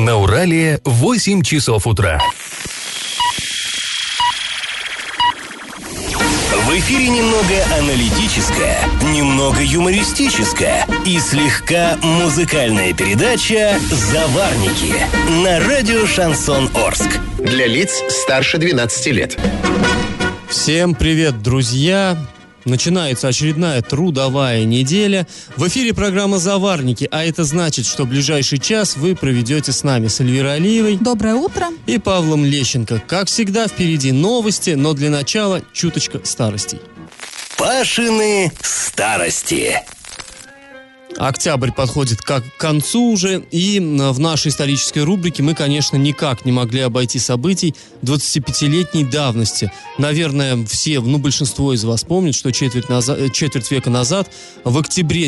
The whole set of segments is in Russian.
На Урале 8 часов утра. В эфире немного аналитическая, немного юмористическая и слегка музыкальная передача «Заварники» на радио «Шансон Орск». Для лиц старше 12 лет. Всем привет, друзья! Начинается очередная трудовая неделя. В эфире программа «Заварники», а это значит, что ближайший час вы проведете с нами с Эльвирой Алиевой. Доброе утро. И Павлом Лещенко. Как всегда, впереди новости, но для начала чуточка старостей. Пашины старости. Октябрь подходит к концу уже, и в нашей исторической рубрике мы, конечно, никак не могли обойти событий 25-летней давности. Наверное, все, большинство из вас помнят, что четверть века назад, в октябре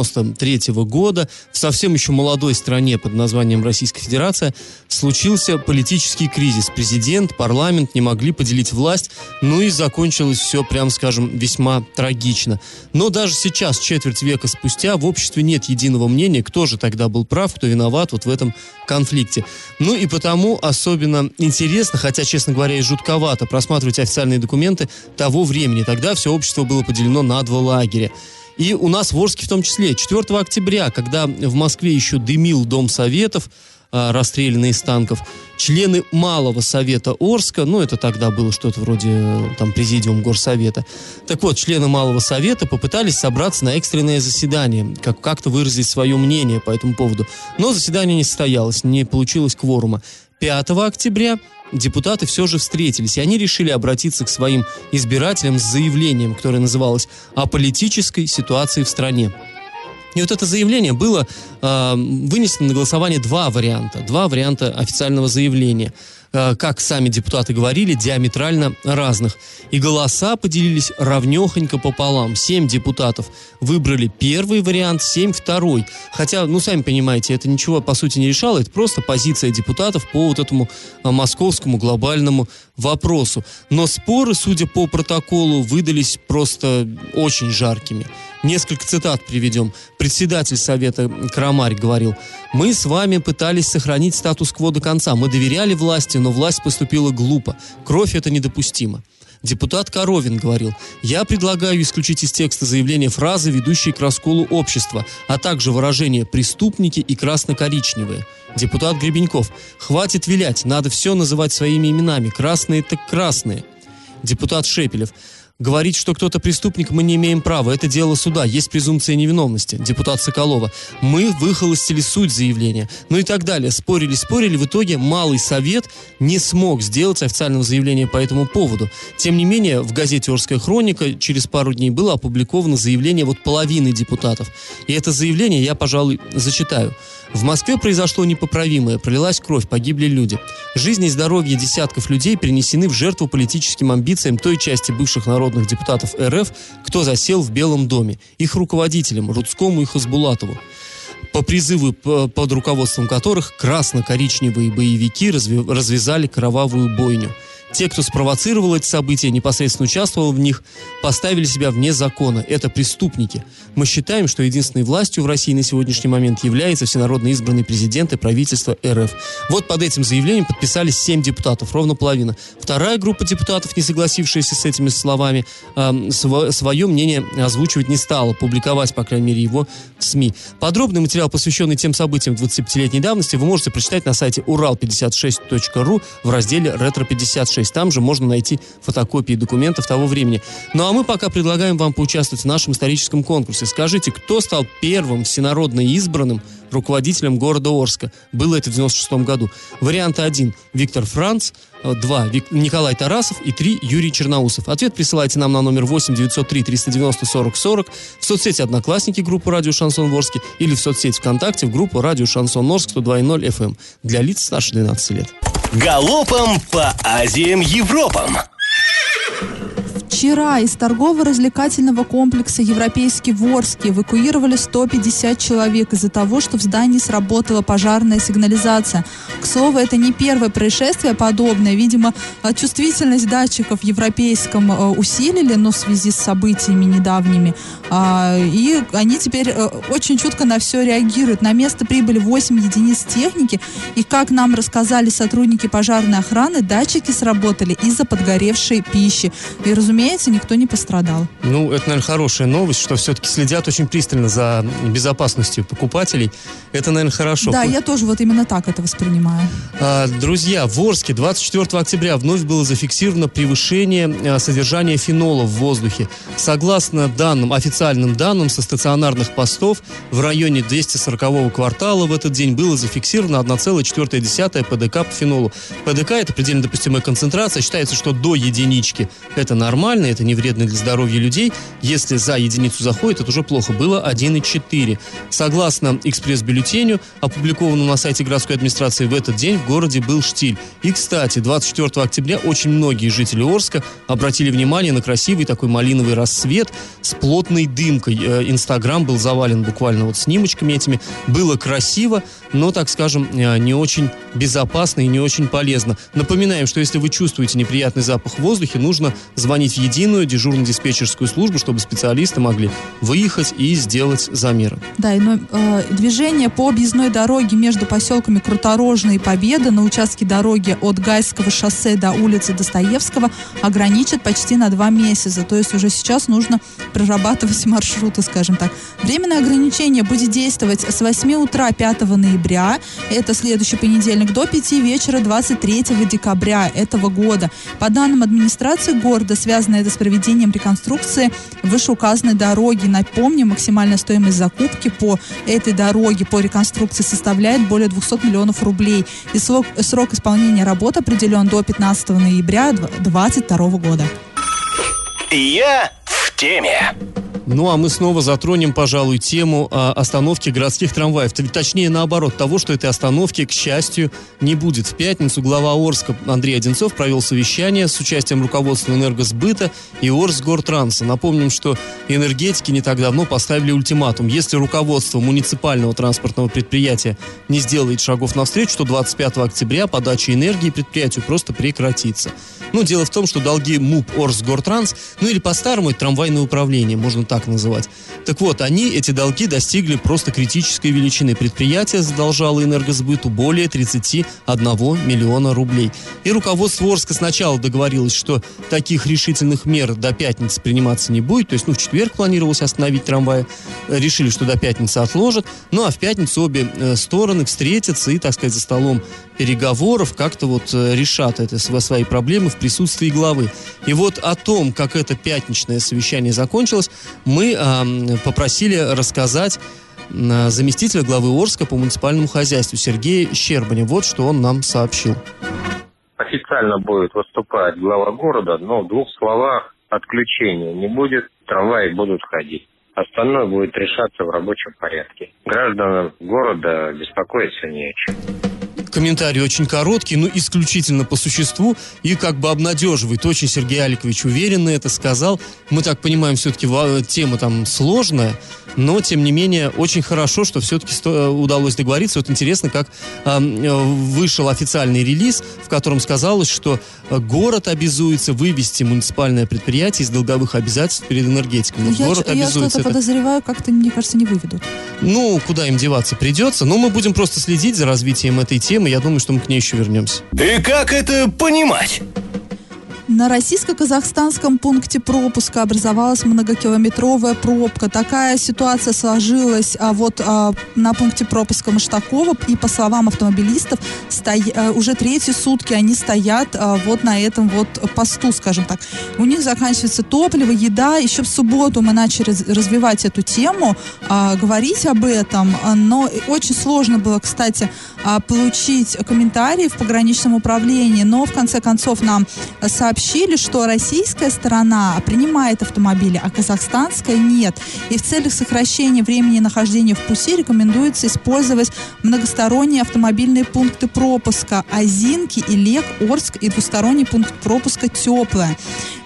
93-го года, в совсем еще молодой стране под названием Российская Федерация, случился политический кризис. Президент, парламент не могли поделить власть, и закончилось все, прям скажем, весьма трагично. Но даже сейчас, четверть века спустя, в обществе нет единого мнения, кто же тогда был прав, кто виноват вот в этом конфликте. И потому особенно интересно, хотя, честно говоря, и жутковато просматривать официальные документы того времени. Тогда все общество было поделено на два лагеря. И у нас в Орске в том числе. 4 октября, когда в Москве еще дымил Дом Советов, расстрелянные из танков, члены Малого Совета Орска, это тогда было что-то вроде Президиум Горсовета, так вот, члены Малого Совета попытались собраться на экстренное заседание, как-то выразить свое мнение по этому поводу. Но заседание не состоялось, не получилось кворума. 5 октября депутаты все же встретились, и они решили обратиться к своим избирателям с заявлением, которое называлось «О политической ситуации в стране». И вот это заявление было вынесено на голосование два варианта официального заявления. Как сами депутаты говорили, диаметрально разных. И голоса поделились равнехонько пополам. 7 депутатов выбрали первый вариант, 7 второй. Хотя, сами понимаете, это ничего по сути не решало, это просто позиция депутатов по вот этому московскому глобальному вопросу. Но споры, судя по протоколу, выдались просто очень жаркими. Несколько цитат приведем. Председатель Совета Крамарь говорил: «Мы с вами пытались сохранить статус-кво до конца. Мы доверяли власти, но власть поступила глупо. Кровь — это недопустимо». Депутат Коровин говорил: «Я предлагаю исключить из текста заявления фразы, ведущие к расколу общества, а также выражения «преступники» и «красно-коричневые». Депутат Гребеньков: «Хватит вилять, надо все называть своими именами. Красные так красные». Депутат Шепелев: «Говорить, что кто-то преступник, мы не имеем права. Это дело суда. Есть презумпция невиновности». Депутат Соколова: «Мы выхолостили суть заявления». И так далее. Спорили. В итоге Малый Совет не смог сделать официального заявления по этому поводу. Тем не менее, в газете «Орская хроника» через пару дней было опубликовано заявление половины депутатов. И это заявление я, пожалуй, зачитаю. «В Москве произошло непоправимое, пролилась кровь, погибли люди. Жизни и здоровье десятков людей перенесены в жертву политическим амбициям той части бывших народных депутатов РФ, кто засел в Белом доме, их руководителям Рудскому и Хасбулатову, по призыву под руководством которых красно-коричневые боевики развязали кровавую бойню. Те, кто спровоцировал эти события, непосредственно участвовал в них, поставили себя вне закона. Это преступники. Мы считаем, что единственной властью в России на сегодняшний момент является всенародно избранный президент и правительство РФ». Вот под этим заявлением подписались 7 депутатов, ровно половина. Вторая группа депутатов, не согласившаяся с этими словами, свое мнение озвучивать не стала, публиковать, по крайней мере, его в СМИ. Подробный материал, посвященный тем событиям 25-летней давности, вы можете прочитать на сайте ural56.ru в разделе «Ретро-56». Там же можно найти фотокопии документов того времени. А мы пока предлагаем вам поучаствовать в нашем историческом конкурсе. Скажите, кто стал первым всенародно избранным руководителем города Орска? Было это в 96 году. Варианты 1 – Виктор Франц, 2 – Николай Тарасов и 3 – Юрий Черноусов. Ответ присылайте нам на номер 8 903 390 40 40 в соцсети «Одноклассники» группы «Радио Шансон в Орске» или в соцсети ВКонтакте в группу «Радио Шансон Орск» 102.0 FM для лиц старше 12 лет. Галопом по Азиям Европам. В Вчера из торгово-развлекательного комплекса «Европейский» в Орске эвакуировали 150 человек из-за того, что в здании сработала пожарная сигнализация. К слову, это не первое происшествие подобное. Видимо, чувствительность датчиков в «Европейском» усилили, но в связи с событиями недавними. И они теперь очень чутко на все реагируют. На место прибыли 8 единиц техники. И, как нам рассказали сотрудники пожарной охраны, датчики сработали из-за подгоревшей пищи. И, разумеется, никто не пострадал. Ну, это, наверное, хорошая новость, что все-таки следят очень пристально за безопасностью покупателей. Это, наверное, хорошо. Да, я тоже вот именно так это воспринимаю. Друзья, в Орске 24 октября вновь было зафиксировано превышение содержания фенола в воздухе. Согласно официальным данным со стационарных постов, в районе 240-го квартала в этот день было зафиксировано 1,4 ПДК по фенолу. ПДК – это предельно допустимая концентрация. Считается, что до единички это нормально, это не вредно для здоровья людей. Если за единицу заходит, это уже плохо. Было 1,4. Согласно экспресс-бюллетеню, опубликованному на сайте городской администрации, в этот день в городе был штиль. И, кстати, 24 октября очень многие жители Орска обратили внимание на красивый такой малиновый рассвет с плотной дымкой. Инстаграм был завален буквально вот снимочками этими. Было красиво, но, так скажем, не очень безопасно и не очень полезно. Напоминаем, что если вы чувствуете неприятный запах в воздухе, нужно звонить в единую дежурно-диспетчерскую службу, чтобы специалисты могли выехать и сделать замеры. Да, движение по объездной дороге между поселками Круторожная и Победа на участке дороги от Гайского шоссе до улицы Достоевского ограничат почти на 2 месяца. То есть уже сейчас нужно прорабатывать маршруты, скажем так. Временное ограничение будет действовать с 8 утра 5 ноября, это следующий понедельник, до 5 вечера 23 декабря этого года. По данным администрации города, связано это с проведением реконструкции вышеуказанной дороги. Напомню, максимальная стоимость закупки по этой дороге, по реконструкции, составляет более 200 миллионов рублей. И срок исполнения работ определен до 15 ноября 2022 года. Я в теме. Ну, а мы снова затронем, пожалуй, тему остановки городских трамваев. Точнее, наоборот, того, что этой остановки, к счастью, не будет. В пятницу глава Орска Андрей Одинцов провел совещание с участием руководства Энергосбыта и Орскгортранса. Напомним, что энергетики не так давно поставили ультиматум. Если руководство муниципального транспортного предприятия не сделает шагов навстречу, то 25 октября подача энергии предприятию просто прекратится. Ну, дело в том, что долги МУП Орскгортранс, ну или по-старому это трамвайное управление, можно так называть. Так вот, эти долги достигли просто критической величины. Предприятие задолжало Энергосбыту более 31 миллиона рублей. И руководство Орска сначала договорилось, что таких решительных мер до пятницы приниматься не будет. То есть, в четверг планировалось остановить трамваи. Решили, что до пятницы отложат. Ну, а в пятницу обе стороны встретятся и, так сказать, за столом переговоров как-то решат свои проблемы в присутствии главы. И вот о том, как это пятничное совещание закончилось, мы попросили рассказать заместителя главы Орска по муниципальному хозяйству Сергея Щербаня. Вот что он нам сообщил. Официально будет выступать глава города, но в 2 словах: отключения не будет, трамваи будут ходить. Остальное будет решаться в рабочем порядке. Гражданам города беспокоиться не о чем. Комментарий очень короткий, но исключительно по существу и как бы обнадеживает. Очень Сергей Аликович уверенно это сказал. Мы так понимаем, все-таки тема там сложная, но, тем не менее, очень хорошо, что все-таки удалось договориться. Вот интересно, как вышел официальный релиз, в котором сказалось, что город обязуется вывести муниципальное предприятие из долговых обязательств перед энергетиками. Я что-то подозреваю, как-то, мне кажется, не выведут. Ну, куда им деваться придется. Но мы будем просто следить за развитием этой темы. Я думаю, что мы к ней еще вернемся. И как это понимать? На российско-казахстанском пункте пропуска образовалась многокилометровая пробка. Такая ситуация сложилась на пункте пропуска Маштакова. И, по словам автомобилистов, уже 3-й сутки они стоят на этом посту, скажем так. У них заканчивается топливо, еда. Еще в субботу мы начали развивать эту тему, говорить об этом. Но очень сложно было, кстати, получить комментарии в пограничном управлении. Но, в конце концов, нам сообщили, что российская сторона принимает автомобили, а казахстанская нет. И в целях сокращения времени нахождения в пути рекомендуется использовать многосторонние автомобильные пункты пропуска Озинки, Илек, Орск и двусторонний пункт пропуска Теплое.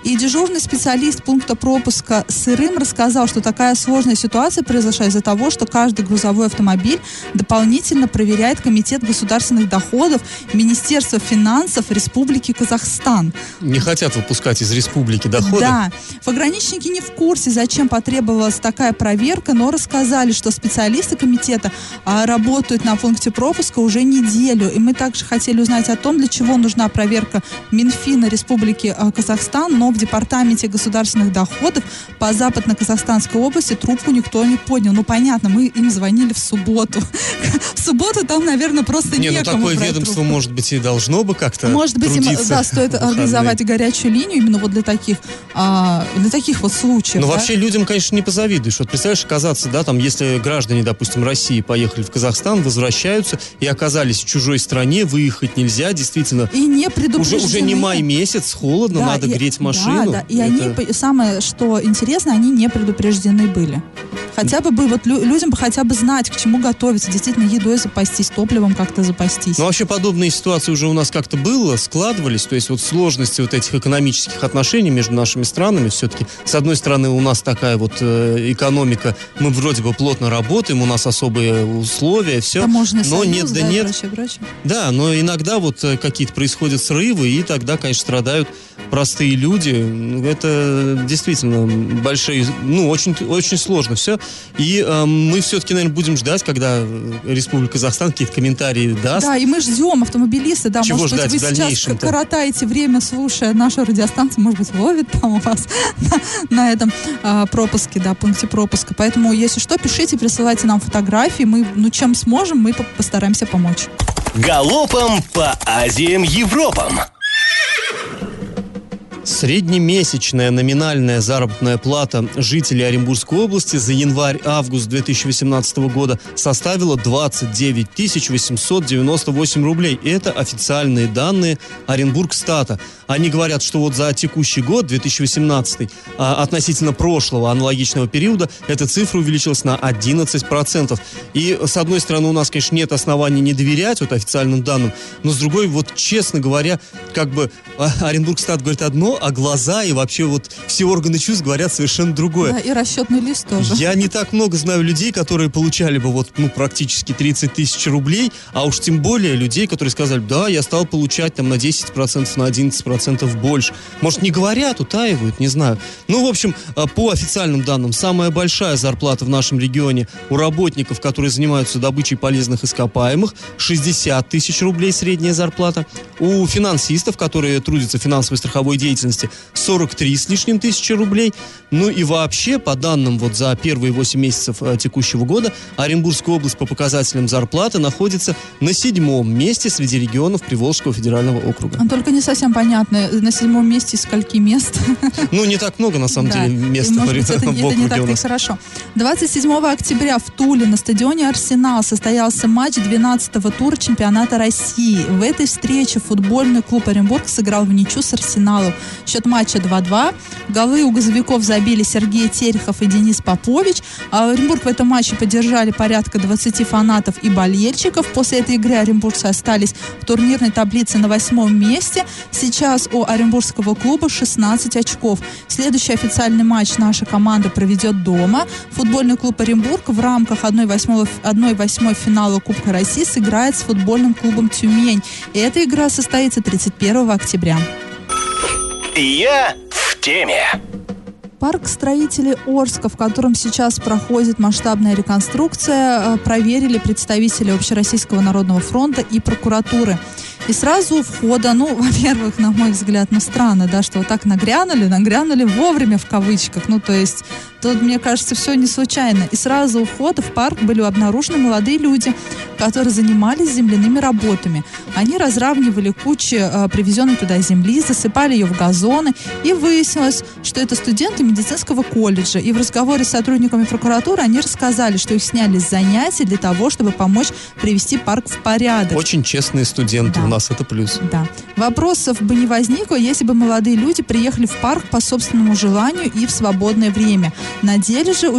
И дежурный специалист пункта пропуска Сырым рассказал, что такая сложная ситуация произошла из-за того, что каждый грузовой автомобиль дополнительно проверяет Комитет государственных доходов Министерства финансов Республики Казахстан. Не хотят выпускать из республики доходы? Да. Пограничники не в курсе, зачем потребовалась такая проверка, но рассказали, что специалисты комитета работают на пункте пропуска уже неделю. И мы также хотели узнать о том, для чего нужна проверка Минфина Республики Казахстан, но в Департаменте государственных доходов по Западно-Казахстанской области трубку никто не поднял. Ну, понятно, мы им звонили в субботу. В субботу там, наверное, просто некому. Такое ведомство, трубку. Может быть, и должно бы как-то может быть, им, да, стоит организовать горячую линию именно вот для таких вот случаев. Но вообще людям, конечно, не позавидуешь. Вот представляешь, оказаться, да, там, если граждане, допустим, России поехали в Казахстан, возвращаются и оказались в чужой стране, выехать нельзя, действительно. И не предупреждены. Уже не май месяц, холодно, надо греть машину. Да. И они, самое, что интересно, они не предупреждены были. Хотя бы вот людям бы хотя бы знать, к чему готовиться, действительно едой запастись, топливом как-то запастись. Ну, вообще подобные ситуации уже у нас как-то было, складывались, то есть вот сложности вот этих экономических отношений между нашими странами все-таки, с одной стороны, у нас такая вот экономика, мы вроде бы плотно работаем, у нас особые условия, все, таможенный но союз, нет, да нет. Прочее. Да, но иногда вот какие-то происходят срывы, и тогда, конечно, страдают простые люди. Это действительно большие, очень, очень сложно все. И мы все-таки, наверное, будем ждать, когда Республика Казахстан какие-то комментарии даст. Да, и мы ждем, автомобилисты, да, чего может быть, вы сейчас коротаете время, слушая нашу радиостанцию, может быть, ловит там у вас на этом пропуске, да, пункте пропуска. Поэтому, если что, пишите, присылайте нам фотографии, мы, чем сможем, мы постараемся помочь. Галопом по Азиям, Европам. Среднемесячная номинальная заработная плата жителей Оренбургской области за январь-август 2018 года составила 29 898 рублей. Это официальные данные Оренбургстата. Они говорят, что вот за текущий год, 2018, относительно прошлого аналогичного периода, эта цифра увеличилась на 11%. И, с одной стороны, у нас, конечно, нет оснований не доверять вот официальным данным, но, с другой, вот, честно говоря, как бы Оренбургстат говорит одно, а глаза и вообще вот все органы чувств говорят совершенно другое. Да, и расчетный лист тоже. Я не так много знаю людей, которые получали бы вот, практически 30 тысяч рублей, а уж тем более людей, которые сказали, да, я стал получать там на 10%, на 11% больше. Может, не говорят, утаивают, не знаю. Ну, в общем, по официальным данным, самая большая зарплата в нашем регионе у работников, которые занимаются добычей полезных ископаемых, 60 тысяч рублей средняя зарплата. У финансистов, которые трудятся в финансовой страховой деятельности, 43 с лишним тысячи рублей. Ну и вообще, по данным вот за первые 8 месяцев текущего года, Оренбургская область по показателям зарплаты находится на 7-м месте среди регионов Приволжского федерального округа. Только не совсем понятно, на 7-м месте из скольки мест? Ну, не так много, на самом деле, мест в округе. Это не так-то и хорошо. 27 октября в Туле на стадионе «Арсенал» состоялся матч 12-го тура чемпионата России. В этой встрече футбольный клуб Оренбург сыграл в ничью с «Арсеналом». Счет матча 2-2. Голы у газовиков забили Сергей Терехов и Денис Попович. Оренбург в этом матче поддержали порядка 20 фанатов и болельщиков. После этой игры оренбуржцы остались в турнирной таблице на 8-м месте. Сейчас у оренбургского клуба 16 очков. Следующий официальный матч наша команда проведет дома. Футбольный клуб Оренбург в рамках 1/8 финала Кубка России сыграет с футбольным клубом Тюмень. И эта игра состоится 31 октября. Я в теме. Парк строителей Орска, в котором сейчас проходит масштабная реконструкция, проверили представители Общероссийского народного фронта и прокуратуры. И сразу у входа, во-первых, на мой взгляд, странно, да, что вот так нагрянули вовремя в кавычках, то есть тут, мне кажется, все не случайно. И сразу у входа в парк были обнаружены молодые люди, которые занимались земляными работами. Они разравнивали кучи привезенной туда земли, засыпали ее в газоны, и выяснилось, что это студенты медицинского колледжа. И в разговоре с сотрудниками прокуратуры они рассказали, что их сняли с занятий для того, чтобы помочь привести парк в порядок. Очень честные студенты, да. У нас это плюс. Да. Вопросов бы не возникло, если бы молодые люди приехали в парк по собственному желанию и в свободное время. На деле же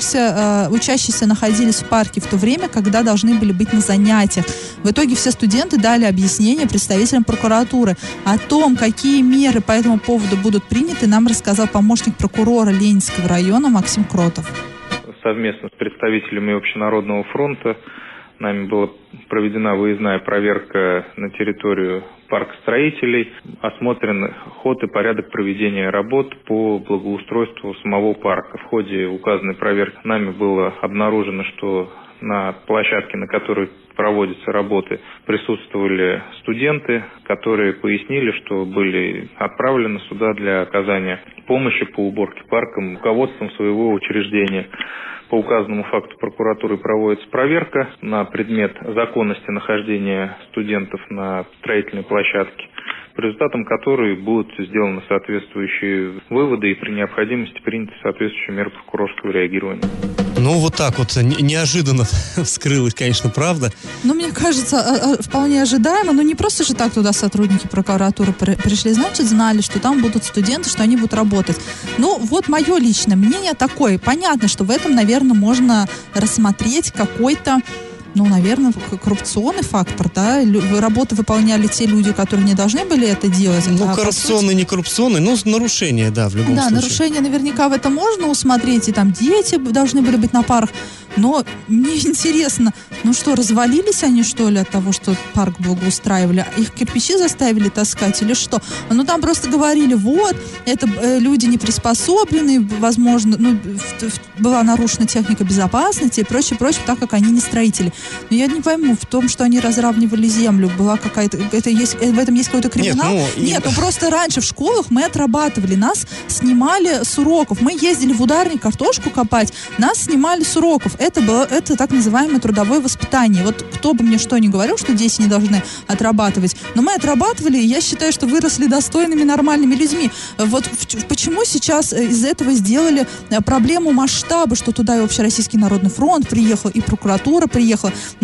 учащиеся находились в парке в то время, когда должны были быть на занятиях. В итоге все студенты дали объяснение представителям прокуратуры. О том, какие меры по этому поводу будут приняты, нам рассказал помощник прокурора Ленинского района Максим Кротов. Совместно с представителями Общенародного фронта нами была проведена выездная проверка на территорию паркостроителей, осмотрен ход и порядок проведения работ по благоустройству самого парка. В ходе указанной проверки нами было обнаружено, что на площадке, на которой проводятся работы, присутствовали студенты, которые пояснили, что были отправлены сюда для оказания помощи по уборке парка руководством своего учреждения. По указанному факту прокуратурой проводится проверка на предмет законности нахождения студентов на строительной площадке, по результатам которой будут сделаны соответствующие выводы и при необходимости приняты соответствующие меры прокурорского реагирования. Ну, вот так вот неожиданно вскрылась, конечно, правда. Ну, мне кажется, вполне ожидаемо. Ну, не просто же так туда сотрудники прокуратуры пришли. Значит, знали, что там будут студенты, что они будут работать. Ну, вот мое личное мнение такое. Понятно, что в этом, наверное, можно рассмотреть какой-то, ну, наверное, коррупционный фактор, да? Работы выполняли те люди, которые не должны были это делать. Ну, коррупционный, не коррупционный, ну, нарушение, да, в любом случае. Да, нарушение наверняка в этом можно усмотреть, и там дети должны были быть на парах. Но мне интересно, ну что, развалились они, что ли, от того, что парк благоустраивали? Их кирпичи заставили таскать или что? Ну, там просто говорили, вот, это люди не приспособлены, возможно, ну, была нарушена техника безопасности и прочее, так как они не строители. Но я не пойму, в том, что они разравнивали землю, была какая-то, в этом есть какой-то криминал? Нет, ну просто раньше в школах мы отрабатывали, нас снимали с уроков. Мы ездили в ударник картошку копать, нас снимали с уроков. Это так называемое трудовое воспитание. Вот кто бы мне что ни говорил, что дети не должны отрабатывать, но мы отрабатывали, и я считаю, что выросли достойными, нормальными людьми. Вот почему сейчас из этого сделали проблему масштаба, что туда и Общероссийский народный фронт приехал, и прокуратура приехала. Но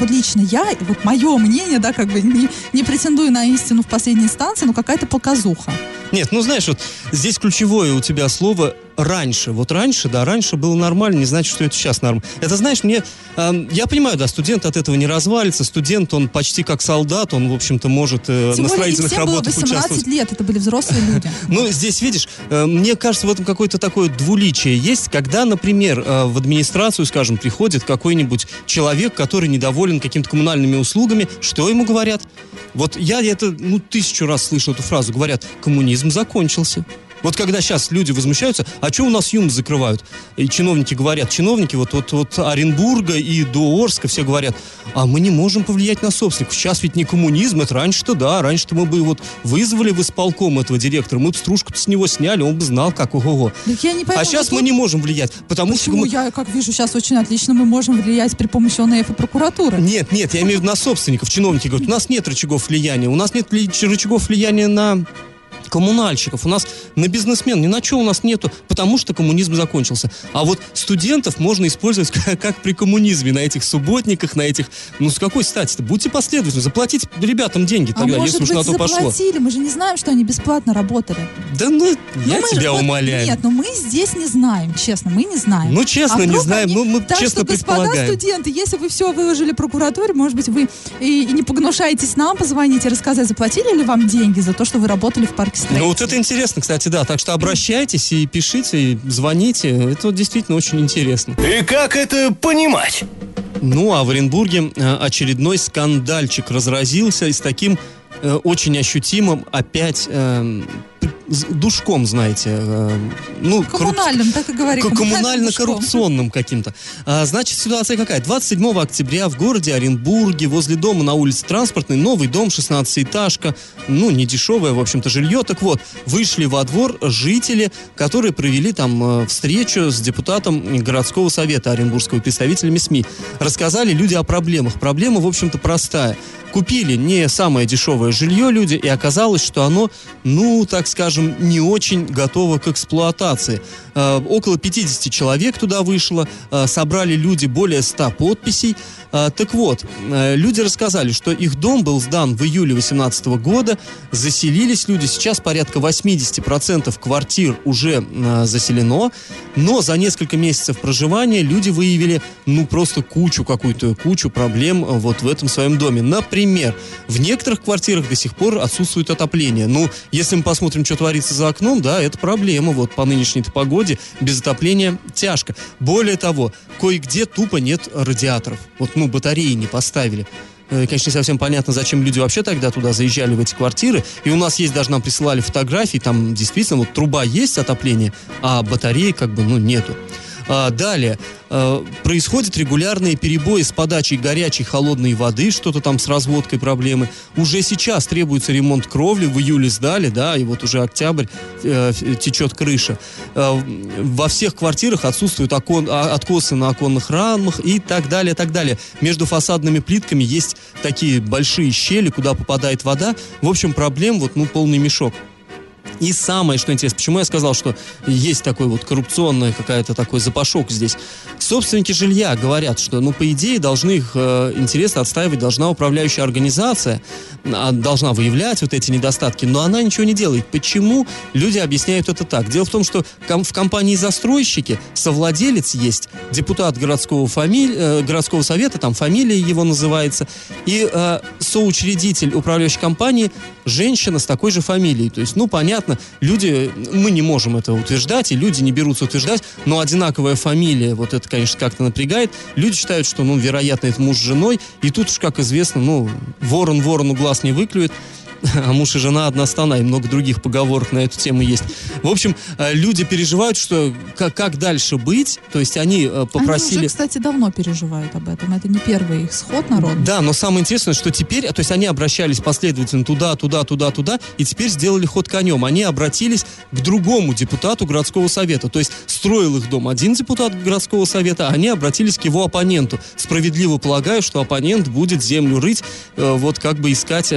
вот мое мнение, да, как бы не претендую на истину в последней инстанции, но какая-то показуха. Нет, ну знаешь, вот здесь ключевое у тебя слово «раньше». Вот раньше было нормально, не значит, что это сейчас нормально. Это, знаешь, я понимаю, да, студент от этого не развалится. Студент, он почти как солдат, он, в общем-то, может на строительных работах участвовать. Тем более, им было 18 лет, это были взрослые люди. Ну, здесь, видишь, мне кажется, в этом какое-то такое двуличие есть, когда, например, в администрацию, скажем, приходит какой-нибудь человек, который недоволен какими-то коммунальными услугами, что ему говорят? Вот я это, 1000 раз слышал эту фразу, говорят, коммунизм закончился. Вот когда сейчас люди возмущаются, а что у нас ЮМС закрывают? И чиновники говорят, вот от Оренбурга и до Орска все говорят, а мы не можем повлиять на собственников. Сейчас ведь не коммунизм, это раньше-то, да, раньше-то мы бы вызвали в исполком этого директора, мы бы стружку-то с него сняли, он бы знал, как ого-го. Я не пойму, а сейчас мы не можем влиять, потому почему? что... Я, как вижу, сейчас очень отлично мы можем влиять при помощи ОНФ и прокуратуры. Нет, я имею в виду на собственников. Чиновники говорят, у нас нет рычагов влияния, у нас нет рычагов влияния на коммунальщиков, у нас на бизнесмен, ни на что у нас нету, потому что коммунизм закончился. А вот студентов можно использовать как при коммунизме, на этих субботниках, на этих... Ну, с какой стати-то? Будьте последовательны, заплатите ребятам деньги тогда, если уж на то пошло. Заплатили, мы же не знаем, что они бесплатно работали. Да я тебя умоляю. Нет, мы здесь не знаем, честно, мы не знаем. Ну, честно, не знаем, мы честно предполагаем. Господа студенты, если вы все выложили прокуратуре, может быть, вы и не погнушаетесь нам позвонить и рассказать, заплатили ли вам деньги за то, что вы работали в парке строителей? Ну, вот это интересно, кстати, да. Так что обращайтесь и пишите, и звоните. Это вот действительно очень интересно. И как это понимать? Ну, а в Оренбурге очередной скандальчик разразился и с таким очень ощутимым опять душком, знаете. Коммунальным, так и говори. Коммунально-коррупционным каким-то. Значит, ситуация какая? 27 октября в городе Оренбурге возле дома на улице Транспортной новый дом, 16-этажка, не дешевое, в общем-то, жилье. Так вот, вышли во двор жители, которые провели там встречу с депутатом городского совета Оренбургского, представителями СМИ. Рассказали люди о проблемах. Проблема, в общем-то, простая. Купили не самое дешевое жилье люди, и оказалось, что оно, так скажем, не очень готово к эксплуатации. Около 50 человек туда вышло, собрали люди более 100 подписей. Так вот, люди рассказали, что их дом был сдан в июле 2018 года, заселились люди, сейчас порядка 80% квартир уже заселено, но за несколько месяцев проживания люди выявили, просто кучу проблем вот в этом своем доме. Например, в некоторых квартирах до сих пор отсутствует отопление. Если мы посмотрим, что творится за окном, да, это проблема, вот по нынешней-то погоде без отопления тяжко. Более того, кое-где тупо нет радиаторов. Батареи не поставили. Конечно, не совсем понятно, зачем люди вообще тогда туда заезжали, в эти квартиры. И у нас есть, даже нам присылали фотографии, там действительно труба есть отопление, а батареи нету. Далее, происходят регулярные перебои с подачей горячей, холодной воды, что-то там с разводкой проблемы. Уже сейчас требуется ремонт кровли, в июле сдали, да, и вот уже октябрь, течет крыша. Во всех квартирах отсутствуют откосы на оконных рамах и так далее, так далее. Между фасадными плитками есть такие большие щели, куда попадает вода. В общем, проблем полный мешок. И самое, что интересно, почему я сказал, что есть такой коррупционный какой-то такой запашок здесь. Собственники жилья говорят, что, по идее, должны их интересы отстаивать должна управляющая организация, должна выявлять вот эти недостатки, но она ничего не делает. Почему? Люди объясняют это так. Дело в том, что в компании-застройщики совладелец есть, депутат городского совета, там фамилия его называется, и соучредитель управляющей компании женщина с такой же фамилией. То есть, понятно, люди, мы не можем это утверждать, и люди не берутся утверждать, но одинаковая фамилия, вот это, конечно, как-то напрягает. Люди считают, что, вероятно, это муж с женой, и тут уж, как известно, ворон ворону глаз не выклюет, а муж и жена одна страна, и много других поговорок на эту тему есть. В общем, люди переживают, что как дальше быть, то есть они попросили... Они уже, кстати, давно переживают об этом, это не первый их сход народный. Да, но самое интересное, что теперь, то есть они обращались последовательно туда, и теперь сделали ход конем. Они обратились к другому депутату городского совета, то есть строил их дом один депутат городского совета, а они обратились к его оппоненту. Справедливо полагаю, что оппонент будет землю рыть, искать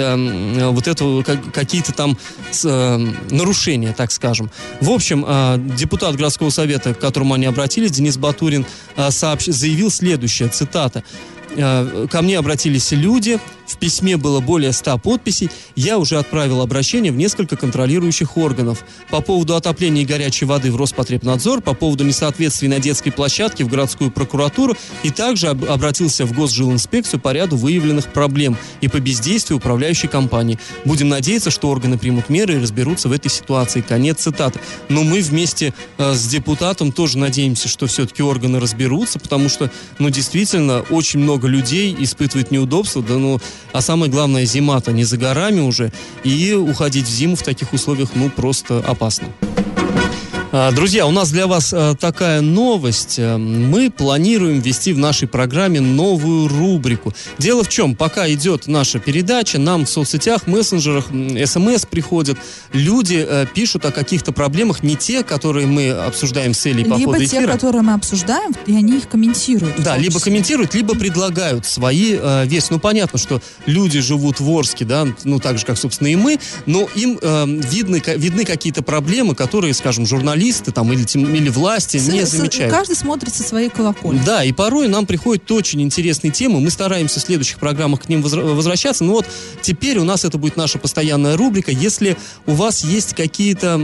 какие-то там нарушения, так скажем. В общем, депутат городского совета, к которому они обратились, Денис Батурин, заявил следующее, цитата: «Ко мне обратились люди, в письме было более 100 подписей, я уже отправил обращение в несколько контролирующих органов. По поводу отопления и горячей воды в Роспотребнадзор, по поводу несоответствий на детской площадке в городскую прокуратуру, и также обратился в Госжилинспекцию по ряду выявленных проблем и по бездействию управляющей компании. Будем надеяться, что органы примут меры и разберутся в этой ситуации». Конец цитаты. Но мы вместе с депутатом тоже надеемся, что все-таки органы разберутся, потому что, действительно, очень много людей испытывает неудобства, а самое главное, зима-то не за горами уже, и уходить в зиму в таких условиях, просто опасно. Друзья, у нас для вас такая новость. Мы планируем ввести в нашей программе новую рубрику. Дело в чем, пока идет наша передача, нам в соцсетях, мессенджерах, СМС приходят, люди пишут о каких-то проблемах, не те, которые мы обсуждаем с целью по ходу эфира. Либо те, которые мы обсуждаем, и они их комментируют. Да, либо комментируют, либо предлагают свои версии. Понятно, что люди живут в Орске, да, так же, как, собственно, и мы, но им видны какие-то проблемы, которые, скажем, журналисты или власти не замечают. Каждый смотрит со своей колокольни. Да, и порой нам приходят очень интересные темы. Мы стараемся в следующих программах к ним возвращаться. Но теперь у нас это будет наша постоянная рубрика. Если у вас есть какая-то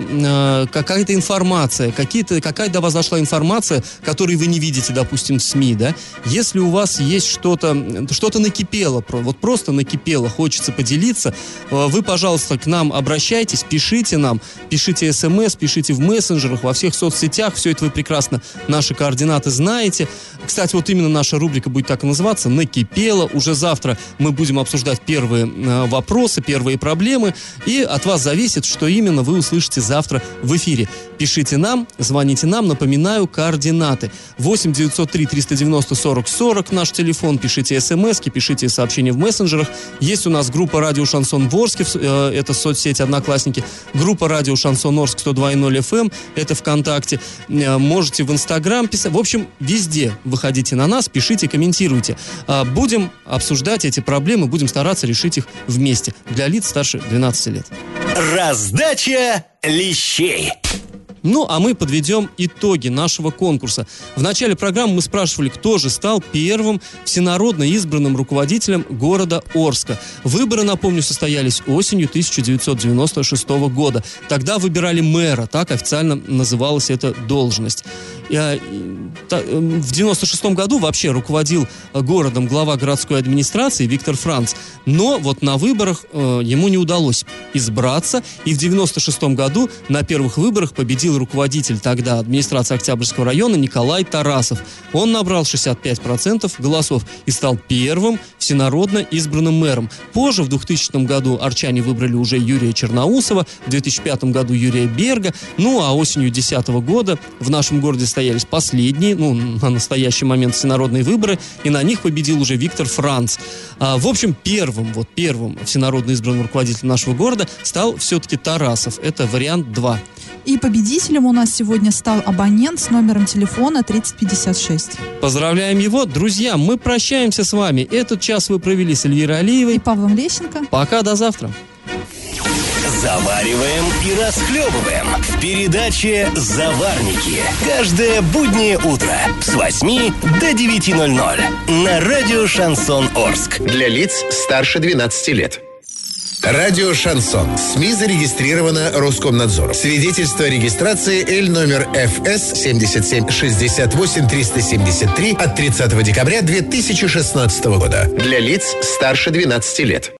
информация, какая до вас зашла информация, которую вы не видите, допустим, в СМИ, да? Если у вас есть что-то накипело, просто накипело, хочется поделиться, вы, пожалуйста, к нам обращайтесь, пишите нам, пишите СМС, пишите в мессенджерах, во всех соцсетях, все это вы прекрасно, наши координаты знаете. Кстати, именно наша рубрика будет так и называться «Накипело». Уже завтра мы будем обсуждать первые вопросы, первые проблемы, и от вас зависит, что именно вы услышите завтра в эфире. Пишите нам, звоните нам, напоминаю, координаты. 8 903 390 40 40 наш телефон, пишите смски, пишите сообщения в мессенджерах. Есть у нас группа «Радио Шансон» в Орске, это соцсети «Одноклассники», группа «Радио Шансон Орск» 102.0 FM, это ВКонтакте. Можете в Инстаграм писать. В общем, везде выходите на нас, пишите, комментируйте. Будем обсуждать эти проблемы, будем стараться решить их вместе. Для лиц старше 12 лет. Раздача лещей. Ну, а мы подведем итоги нашего конкурса. В начале программы мы спрашивали, кто же стал первым всенародно избранным руководителем города Орска. Выборы, напомню, состоялись осенью 1996 года. Тогда выбирали мэра, так официально называлась эта должность. В 1996 году вообще руководил городом глава городской администрации Виктор Франц. Но вот на выборах ему не удалось избраться. И в 1996 году на первых выборах победил руководитель тогда администрации Октябрьского района Николай Тарасов. Он набрал 65% голосов и стал первым всенародно избранным мэром. Позже, в 2000 году, орчане выбрали уже Юрия Черноусова, в 2005 году Юрия Берга. Ну, а осенью 2010 года в нашем городе состоялись последние, на настоящий момент, всенародные выборы, и на них победил уже Виктор Франц. В общем, первым всенародно избранным руководителем нашего города стал все-таки Тарасов. Это вариант 2. И победителем у нас сегодня стал абонент с номером телефона 3056. Поздравляем его. Друзья, мы прощаемся с вами. Этот час вы провели с Эльвирой Алиевой И Павлом Лещенко. Пока, до завтра. Завариваем и расхлебываем в передаче «Заварники». Каждое буднее утро с 8 до 9:00 на радио «Шансон Орск». Для лиц старше 12 лет. Радио «Шансон». СМИ зарегистрировано Роскомнадзором. Свидетельство о регистрации Л номер ФС 77-68-373 от 30 декабря 2016 года. Для лиц старше 12 лет.